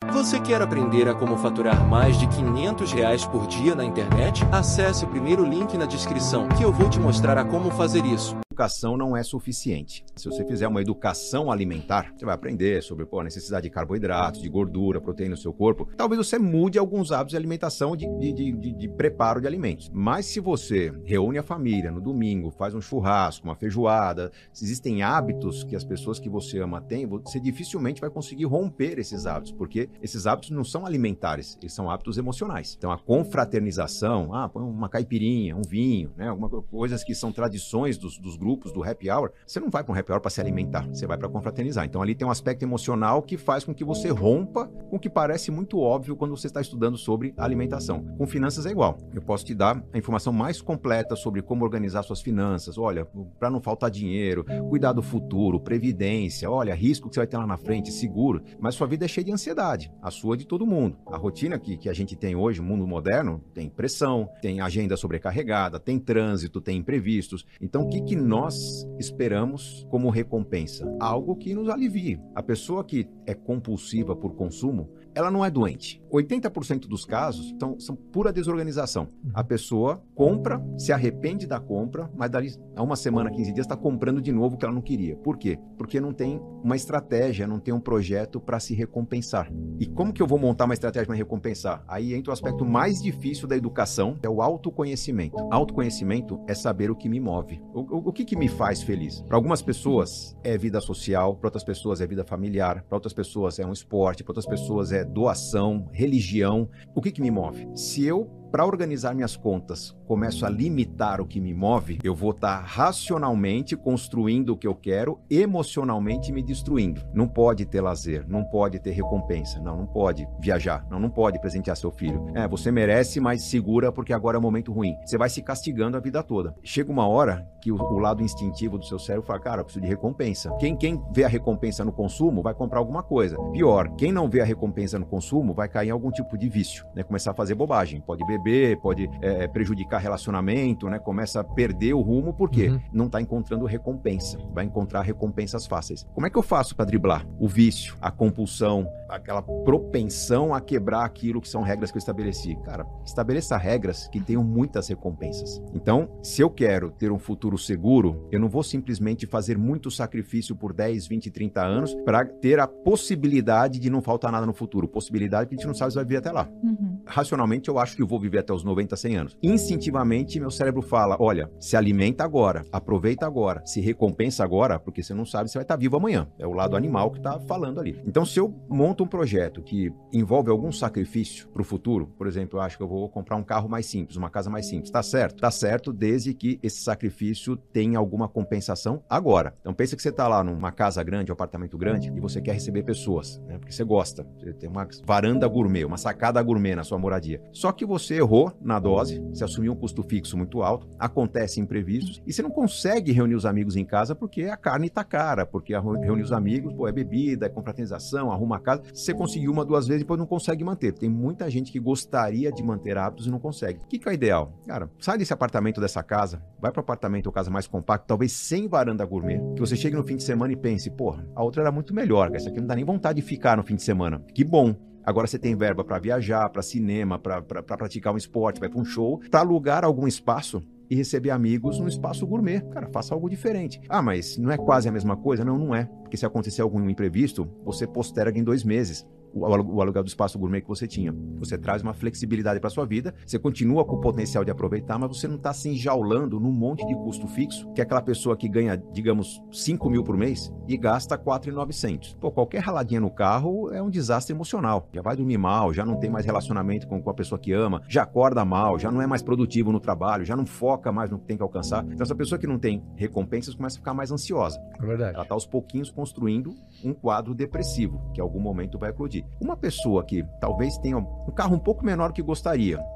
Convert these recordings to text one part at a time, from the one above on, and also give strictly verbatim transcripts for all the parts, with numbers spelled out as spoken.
Você quer aprender a como faturar mais de quinhentos reais por dia na internet? Acesse o primeiro link na descrição que eu vou te mostrar a como fazer isso. Educação não é suficiente. Se você fizer uma educação alimentar, você vai aprender sobre pô, a necessidade de carboidratos, de gordura, proteína no seu corpo. Talvez você mude alguns hábitos de alimentação, de, de, de, de, de preparo de alimentos. Mas se você reúne a família no domingo, faz um churrasco, uma feijoada, se existem hábitos que as pessoas que você ama têm, você dificilmente vai conseguir romper esses hábitos, porque esses hábitos não são alimentares, eles são hábitos emocionais. Então a confraternização, ah, põe uma caipirinha, um vinho, né, algumas coisas que são tradições dos, dos grupos do happy hour, você não vai para um happy hour para se alimentar, você vai para confraternizar. Então ali tem um aspecto emocional que faz com que você rompa com o que parece muito óbvio quando você está estudando sobre alimentação. Com finanças é igual. Eu posso te dar a informação mais completa sobre como organizar suas finanças. Olha, para não faltar dinheiro, cuidar do futuro, previdência, olha, risco que você vai ter lá na frente, seguro. Mas sua vida é cheia de ansiedade, a sua de todo mundo. A rotina que, que a gente tem hoje, o mundo moderno, tem pressão, tem agenda sobrecarregada, tem trânsito, tem imprevistos. Então o que que nós esperamos como recompensa? Algo que nos alivie. A pessoa que é compulsiva por consumo, ela não é doente. oitenta por cento dos casos são, são pura desorganização. A pessoa compra, se arrepende da compra, mas dali a uma semana, quinze dias, está comprando de novo o que ela não queria. Por quê? Porque não tem uma estratégia, não tem um projeto para se recompensar. E como que eu vou montar uma estratégia para me recompensar? Aí entra o aspecto mais difícil da educação, é o autoconhecimento. Autoconhecimento é saber o que me move. O, o, o que, que me faz feliz? Para algumas pessoas é vida social, para outras pessoas é vida familiar, para outras pessoas é um esporte, para outras pessoas é doação, religião. O que que me move? Se eu, para organizar minhas contas, começo a limitar o que me move, eu vou estar racionalmente construindo o que eu quero, emocionalmente me destruindo. Não pode ter lazer, não pode ter recompensa, não, não pode viajar, não, não pode presentear seu filho. É, você merece, mas segura porque agora é um momento ruim. Você vai se castigando a vida toda. Chega uma hora que o, o lado instintivo do seu cérebro fala, cara, eu preciso de recompensa. Quem, quem vê a recompensa no consumo vai comprar alguma coisa. Pior, quem não vê a recompensa no consumo vai cair em algum tipo de vício, né? Começar a fazer bobagem, pode beber, pode é, prejudicar relacionamento, né? Começa a perder o rumo porque uhum. não está encontrando recompensa, vai encontrar recompensas fáceis. Como é que eu faço para driblar o vício, a compulsão, aquela propensão a quebrar aquilo que são regras que eu estabeleci? Cara, estabeleça regras que tenham muitas recompensas. Então, se eu quero ter um futuro seguro, eu não vou simplesmente fazer muito sacrifício por dez, vinte, trinta anos para ter a possibilidade de não faltar nada no futuro. Possibilidade que a gente não sabe se vai viver até lá. Uhum. Racionalmente, eu acho que eu vou viver até os noventa, cem anos. Instintivamente, meu cérebro fala, olha, se alimenta agora, aproveita agora, se recompensa agora, porque você não sabe se vai estar vivo amanhã. É o lado animal que está falando ali. Então, se eu monto um projeto que envolve algum sacrifício para o futuro, por exemplo, eu acho que eu vou comprar um carro mais simples, uma casa mais simples. Tá certo? Tá certo, desde que esse sacrifício tenha alguma compensação agora. Então, pensa que você está lá numa casa grande, um apartamento grande, e você quer receber pessoas, né? Porque você gosta. Você tem uma varanda gourmet, uma sacada gourmet na sua moradia. Só que você errou na dose, você assumiu um custo fixo muito alto, acontece imprevistos, e você não consegue reunir os amigos em casa porque a carne tá cara, porque reunir os amigos, pô, é bebida, é confraternização, arruma a casa. Você conseguiu uma, duas vezes e depois não consegue manter. Tem muita gente que gostaria de manter hábitos e não consegue. O que que é o ideal? Cara, sai desse apartamento, dessa casa, vai para o apartamento ou casa mais compacto, talvez sem varanda gourmet, que você chegue no fim de semana e pense, porra, a outra era muito melhor, essa aqui não dá nem vontade de ficar no fim de semana. Que bom! Agora você tem verba para viajar, para cinema, para pra praticar um esporte, vai para um show, para alugar algum espaço e receber amigos num espaço gourmet. Cara, faça algo diferente. Ah, mas não é quase a mesma coisa? Não, não é. Porque se acontecer algum imprevisto, você posterga em dois meses o aluguel do espaço gourmet que você tinha. Você traz uma flexibilidade para sua vida, você continua com o potencial de aproveitar, mas você não está se enjaulando num monte de custo fixo, que é aquela pessoa que ganha, digamos, cinco mil por mês e gasta quatro mil e novecentos. Pô, qualquer raladinha no carro é um desastre emocional. Já vai dormir mal, já não tem mais relacionamento com, com a pessoa que ama, já acorda mal, já não é mais produtivo no trabalho, já não foca mais no que tem que alcançar. Então, essa pessoa que não tem recompensas começa a ficar mais ansiosa. É verdade. Ela está aos pouquinhos construindo um quadro depressivo, que em algum momento vai eclodir. Uma pessoa que talvez tenha um carro um pouco menor que gostaria,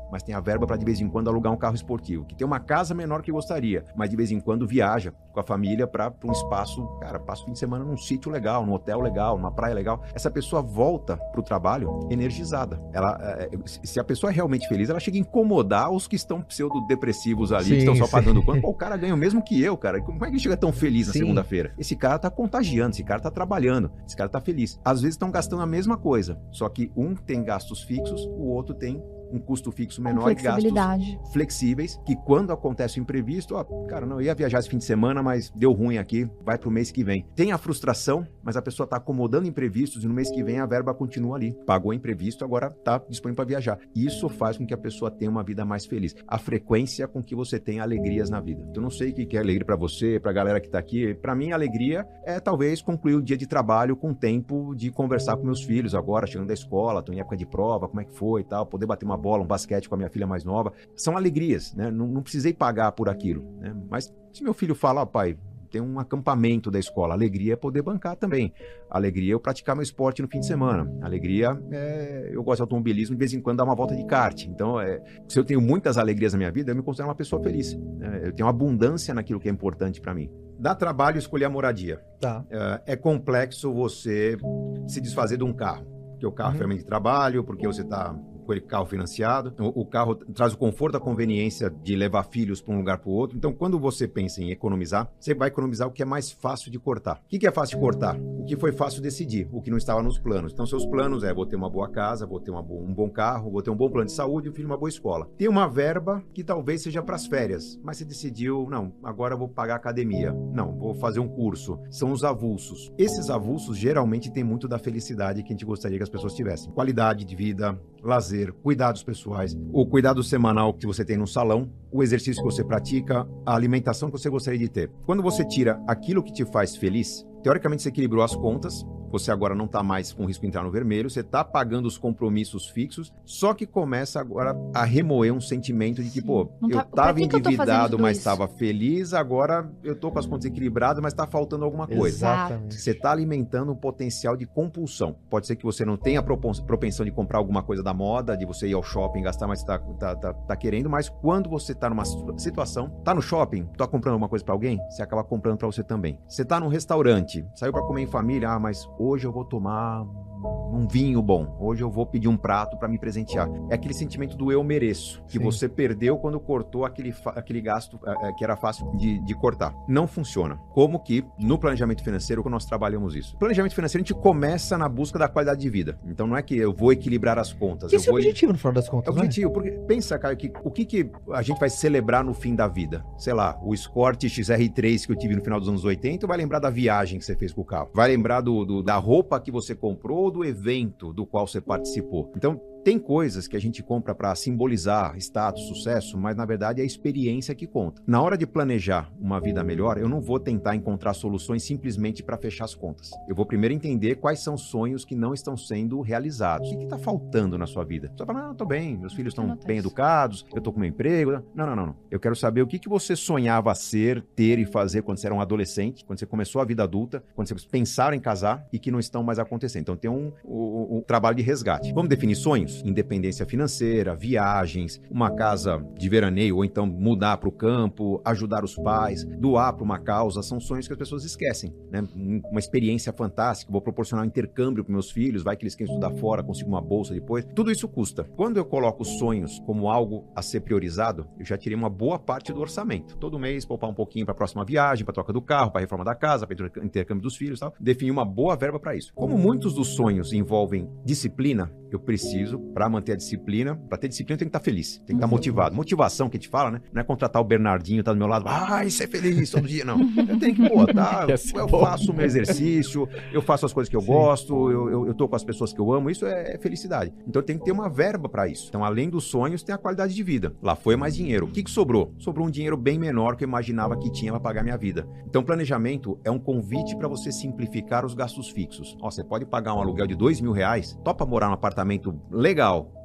mas tem a verba para de vez em quando alugar um carro esportivo, que tem uma casa menor que gostaria, mas de vez em quando viaja com a família para um espaço, cara, passa o fim de semana num sítio legal, num hotel legal, numa praia legal. Essa pessoa volta pro trabalho energizada. Ela, se a pessoa é realmente feliz, ela chega a incomodar os que estão pseudodepressivos ali, sim, que estão só pagando quanto. Pô, o cara ganha o mesmo que eu, cara. Como é que ele chega tão feliz na sim. segunda-feira? Esse cara tá contagiando, esse cara tá trabalhando, esse cara tá feliz. Às vezes estão gastando a mesma coisa, só que um tem gastos fixos, o outro tem um custo fixo menor e gastos flexíveis, que quando acontece o imprevisto, ó, cara, não, eu ia viajar esse fim de semana, mas deu ruim aqui, vai pro mês que vem. Tem a frustração, mas a pessoa tá acomodando imprevistos e no mês que vem a verba continua ali. Pagou imprevisto, agora tá disponível para viajar. Isso faz com que a pessoa tenha uma vida mais feliz. A frequência com que você tem alegrias na vida. Eu não sei o que é alegria para você, pra galera que tá aqui. Para mim, a alegria é talvez concluir o dia de trabalho com tempo de conversar com meus filhos agora, chegando da escola, tô em época de prova, como é que foi e tal, poder bater uma bola, um basquete com a minha filha mais nova. São alegrias, né? Não, não precisei pagar por aquilo, né? Mas se meu filho fala, ó, pai, tem um acampamento da escola, alegria é poder bancar também. Alegria é eu praticar meu esporte no fim de semana. Alegria é eu gosto de automobilismo, de vez em quando dar uma volta de kart. Então, é, se eu tenho muitas alegrias na minha vida, eu me considero uma pessoa feliz, né? Eu tenho uma abundância naquilo que é importante para mim. Dá trabalho escolher a moradia. Tá. É, é complexo você se desfazer de um carro, porque o carro uhum. é ferramenta de trabalho, porque você está com ele carro financiado, o, o carro traz o conforto, a conveniência de levar filhos para um lugar para o outro. Então, quando você pensa em economizar, você vai economizar o que é mais fácil de cortar. O que, que é fácil de cortar? O que foi fácil decidir, o que não estava nos planos. Então, seus planos é, vou ter uma boa casa, vou ter uma bo- um bom carro, vou ter um bom plano de saúde e um filho uma boa escola. Tem uma verba que talvez seja para as férias, mas você decidiu, não, agora eu vou pagar a academia. Não, vou fazer um curso. São os avulsos. Esses avulsos geralmente têm muito da felicidade que a gente gostaria que as pessoas tivessem. Qualidade de vida, lazer, cuidados pessoais, o cuidado semanal que você tem no salão, o exercício que você pratica, a alimentação que você gostaria de ter. Quando você tira aquilo que te faz feliz, teoricamente você equilibrou as contas, você agora não está mais com risco de entrar no vermelho, você está pagando os compromissos fixos, só que começa agora a remoer um sentimento de que, Sim. pô, tá, eu estava endividado, eu mas estava feliz, agora eu estou com as contas equilibradas, mas está faltando alguma coisa. Exatamente. Você está alimentando um potencial de compulsão. Pode ser que você não tenha propensão de comprar alguma coisa da moda, de você ir ao shopping, gastar, mas está tá, tá, tá querendo, mas quando você está numa situação, está no shopping, está comprando alguma coisa para alguém, você acaba comprando para você também. Você está num restaurante, saiu para comer em família, ah, mas hoje eu vou tomar um vinho bom, hoje eu vou pedir um prato para me presentear. É aquele sentimento do eu mereço, que Sim. você perdeu quando cortou aquele, aquele gasto é, que era fácil de, de cortar. Não funciona. Como que no planejamento financeiro que nós trabalhamos isso? Planejamento financeiro a gente começa na busca da qualidade de vida. Então não é que eu vou equilibrar as contas. Esse eu é o vou... objetivo no final das contas, É o objetivo, porque pensa, Caio, que o que, que a gente vai celebrar no fim da vida? Sei lá, o Escort X R três que eu tive no final dos anos oitenta, vai lembrar da viagem que você fez com o carro. Vai lembrar do, do, da roupa que você comprou ou do evento do qual você participou. Então, tem coisas que a gente compra para simbolizar status, sucesso, mas na verdade é a experiência que conta. Na hora de planejar uma vida melhor, eu não vou tentar encontrar soluções simplesmente para fechar as contas. Eu vou primeiro entender quais são os sonhos que não estão sendo realizados. O que está faltando na sua vida? Você vai falar, não, estou bem, meus filhos estão bem educados, eu estou com meu emprego. Não, não, não, não. Eu quero saber o que, que você sonhava ser, ter e fazer quando você era um adolescente, quando você começou a vida adulta, quando você pensaram em casar e que não estão mais acontecendo. Então tem um, um, um trabalho de resgate. Vamos definir sonhos? Independência financeira, viagens, uma casa de veraneio, ou então mudar para o campo, ajudar os pais, doar para uma causa, são sonhos que as pessoas esquecem, né? Uma experiência fantástica, vou proporcionar um intercâmbio para meus filhos, vai que eles querem estudar fora, consigo uma bolsa depois, tudo isso custa. Quando eu coloco sonhos como algo a ser priorizado, eu já tirei uma boa parte do orçamento. Todo mês poupar um pouquinho para a próxima viagem, para a troca do carro, para a reforma da casa, para o intercâmbio dos filhos e tal, definir uma boa verba para isso. Como muitos dos sonhos envolvem disciplina, eu preciso, para manter a disciplina, para ter disciplina, eu tenho que estar feliz, tem que estar motivado. Motivação que a gente fala, né? Não é contratar o Bernardinho, tá do meu lado, ah, ser feliz todo dia, não. Eu tenho que, pô, tá, eu faço o meu exercício, eu faço as coisas que eu Sim. gosto, eu, eu, eu tô com as pessoas que eu amo, isso é felicidade. Então eu tenho que ter uma verba para isso. Então, além dos sonhos, tem a qualidade de vida. Lá foi mais dinheiro. O que que sobrou? Sobrou um dinheiro bem menor que eu imaginava que tinha para pagar minha vida. Então, planejamento é um convite para você simplificar os gastos fixos. Ó, você pode pagar um aluguel de dois mil reais, topa morar num apartamento legal,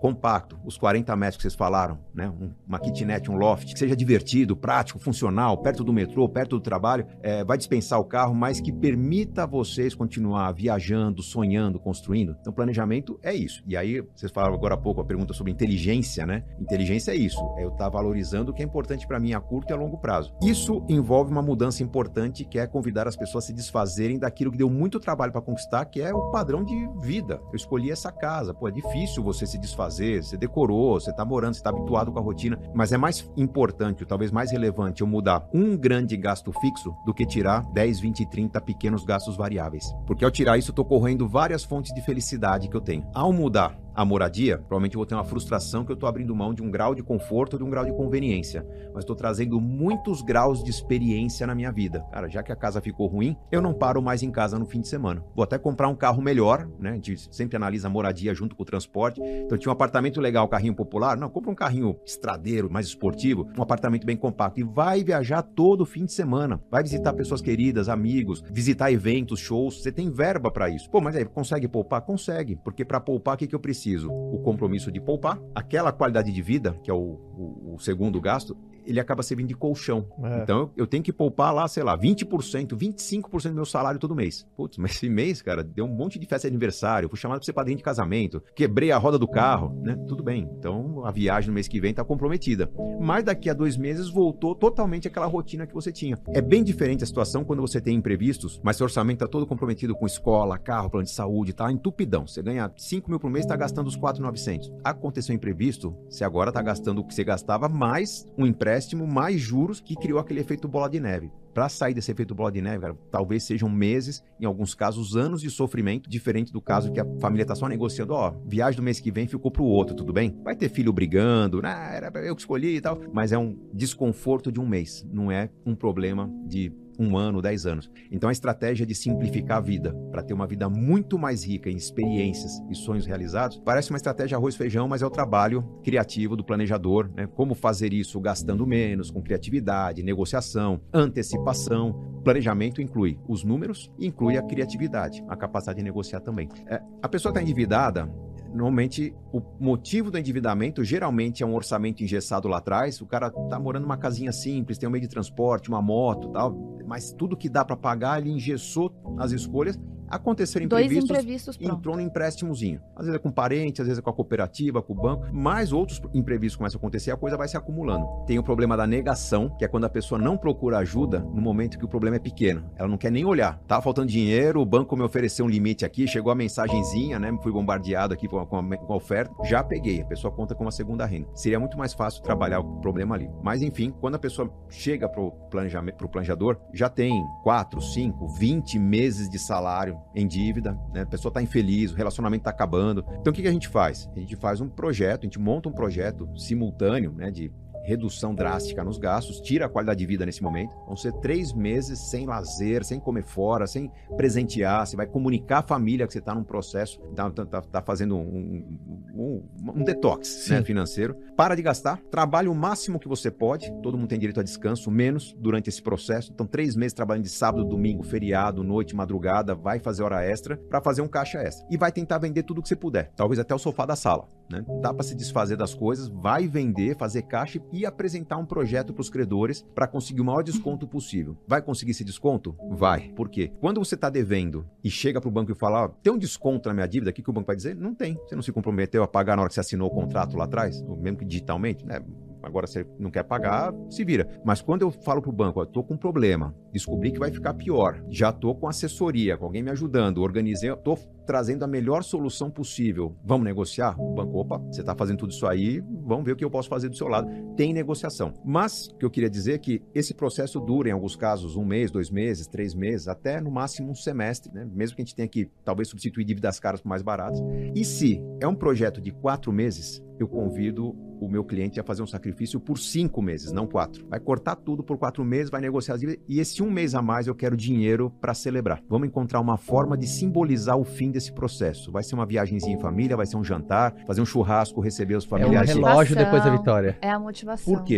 compacto, os quarenta metros que vocês falaram, né? Um, uma kitnet, um loft, que seja divertido, prático, funcional, perto do metrô, perto do trabalho, é, vai dispensar o carro, mas que permita a vocês continuar viajando, sonhando, construindo. Então, planejamento é isso. E aí, vocês falaram agora há pouco a pergunta sobre inteligência, né? Inteligência é isso, é eu estar valorizando o que é importante para mim a curto e a longo prazo. Isso envolve uma mudança importante, que é convidar as pessoas a se desfazerem daquilo que deu muito trabalho para conquistar, que é o padrão de vida. Eu escolhi essa casa, pô, é difícil você se desfazer, você decorou, você tá morando, você tá habituado com a rotina, mas é mais importante, ou talvez mais relevante, eu mudar um grande gasto fixo do que tirar dez, vinte, trinta pequenos gastos variáveis. Porque ao tirar isso, eu tô correndo várias fontes de felicidade que eu tenho. Ao mudar a moradia, provavelmente eu vou ter uma frustração que eu estou abrindo mão de um grau de conforto, de um grau de conveniência, mas estou trazendo muitos graus de experiência na minha vida. Cara, já que a casa ficou ruim, eu não paro mais em casa no fim de semana. Vou até comprar um carro melhor, né? A gente sempre analisa a moradia junto com o transporte. Então, eu tinha um apartamento legal, carrinho popular. Não, compra um carrinho estradeiro, mais esportivo, um apartamento bem compacto e vai viajar todo fim de semana. Vai visitar pessoas queridas, amigos, visitar eventos, shows. Você tem verba para isso. Pô, mas aí, consegue poupar? Consegue, porque para poupar, o que, que eu preciso? O compromisso de poupar, aquela qualidade de vida, que é o, o, o segundo gasto, ele acaba servindo de colchão. É. Então, eu, eu tenho que poupar lá, sei lá, vinte por cento, vinte e cinco por cento do meu salário todo mês. Putz, mas esse mês, cara, deu um monte de festa de aniversário, fui chamado para ser padrinho de casamento, quebrei a roda do carro, né? Tudo bem. Então, a viagem no mês que vem tá comprometida. Mas daqui a dois meses voltou totalmente aquela rotina que você tinha. É bem diferente a situação quando você tem imprevistos, mas seu orçamento tá todo comprometido com escola, carro, plano de saúde, tá entupidão. Você ganha cinco mil por mês, tá gastando os quatro mil e novecentos. Aconteceu um imprevisto, você agora tá gastando o que você gastava, mais um empréstimo, mais juros, que criou aquele efeito bola de neve. Para sair desse efeito bola de neve, cara, talvez sejam meses, em alguns casos anos de sofrimento, diferente do caso que a família tá só negociando, ó, viagem do mês que vem ficou pro outro, tudo bem? Vai ter filho brigando, ah, era eu que escolhi e tal, mas é um desconforto de um mês, não é um problema de um ano, dez anos. Então a estratégia de simplificar a vida, para ter uma vida muito mais rica em experiências e sonhos realizados, parece uma estratégia arroz e feijão, mas é o trabalho criativo do planejador, né? Como fazer isso gastando menos, com criatividade, negociação, antecipação. Planejamento inclui os números e inclui a criatividade, a capacidade de negociar também. É, a pessoa está endividada. Normalmente, o motivo do endividamento geralmente é um orçamento engessado lá atrás. O cara tá morando numa casinha simples, tem um meio de transporte, uma moto e tal, mas tudo que dá para pagar, ele engessou as escolhas. Aconteceram imprevistos, Dois imprevistos, entrou no empréstimozinho. Às vezes é com parente, às vezes é com a cooperativa, com o banco, mas outros imprevistos começam a acontecer e a coisa vai se acumulando. Tem o problema da negação, que é quando a pessoa não procura ajuda no momento que o problema é pequeno. Ela não quer nem olhar. Tá faltando dinheiro, o banco me ofereceu um limite aqui, chegou a mensagenzinha, né? Fui bombardeado aqui com a, com a, com a oferta, já peguei. A pessoa conta com uma segunda renda. Seria muito mais fácil trabalhar o problema ali. Mas enfim, quando a pessoa chega pro planejamento, pro planejador, já tem quatro, cinco, vinte meses de salário em dívida, né? A pessoa está infeliz, o relacionamento está acabando. Então, o que, que a gente faz? A gente faz um projeto, a gente monta um projeto simultâneo, né, de redução drástica nos gastos, tira a qualidade de vida nesse momento. Vão ser três meses sem lazer, sem comer fora, sem presentear. Você vai comunicar à família que você está num processo, está tá, tá fazendo um, um, um detox, né, financeiro. Para de gastar, trabalhe o máximo que você pode. Todo mundo tem direito a descanso, menos durante esse processo. Então, três meses trabalhando de sábado, domingo, feriado, noite, madrugada, vai fazer hora extra para fazer um caixa extra. E vai tentar vender tudo que você puder, talvez até o sofá da sala, né? Dá para se desfazer das coisas, vai vender, fazer caixa e apresentar um projeto para os credores para conseguir o maior desconto possível. Vai conseguir esse desconto? Vai. Por quê? Quando você está devendo e chega para o banco e fala, ó, tem um desconto na minha dívida, o que, que o banco vai dizer? Não tem. Você não se comprometeu a pagar na hora que você assinou o contrato lá atrás? Mesmo que digitalmente, né? Agora você não quer pagar, se vira. Mas quando eu falo pro banco, ó, tô com um problema, descobri que vai ficar pior, já tô com assessoria, com alguém me ajudando, organizei, tô trazendo a melhor solução possível. Vamos negociar? O banco, opa, você tá fazendo tudo isso aí, vamos ver o que eu posso fazer do seu lado. Tem negociação. Mas o que eu queria dizer é que esse processo dura, em alguns casos, um mês, dois meses, três meses, até no máximo um semestre, né? Mesmo que a gente tenha que talvez substituir dívidas caras por mais baratas. E se é um projeto de quatro meses, eu convido o meu cliente a fazer um sacrifício por cinco meses, não quatro. Vai cortar tudo por quatro meses, vai negociar as dívidas, e esse um mês a mais eu quero dinheiro para celebrar. Vamos encontrar uma forma de simbolizar o fim desse processo. Vai ser uma viagenzinha em família, vai ser um jantar, fazer um churrasco, receber os familiares. É um relógio depois da vitória. É a motivação. Por quê?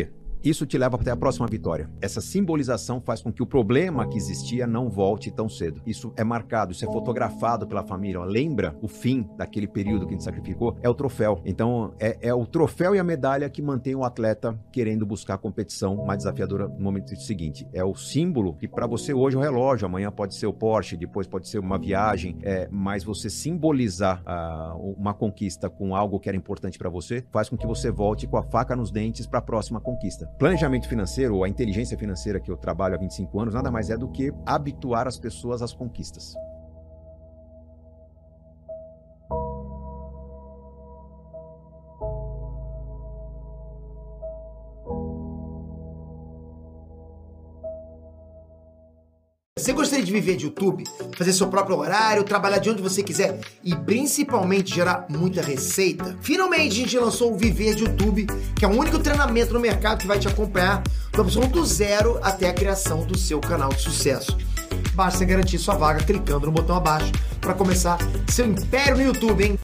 Isso te leva até a próxima vitória. Essa simbolização faz com que o problema que existia não volte tão cedo. Isso é marcado, isso é fotografado pela família. Ó, lembra o fim daquele período que a gente sacrificou? É o troféu. Então, é, é o troféu e a medalha que mantém o atleta querendo buscar a competição mais desafiadora no momento seguinte. É o símbolo que para você hoje é o relógio, amanhã pode ser o Porsche, depois pode ser uma viagem, é, mas você simbolizar uh, uma conquista com algo que era importante para você, faz com que você volte com a faca nos dentes para a próxima conquista. Planejamento financeiro, ou a inteligência financeira que eu trabalho há vinte e cinco anos, nada mais é do que habituar as pessoas às conquistas. Você gostaria de viver de YouTube, fazer seu próprio horário, trabalhar de onde você quiser e principalmente gerar muita receita? Finalmente a gente lançou o Viver de YouTube, que é o único treinamento no mercado que vai te acompanhar do absoluto do zero até a criação do seu canal de sucesso. Basta garantir sua vaga clicando no botão abaixo para começar seu império no YouTube, hein?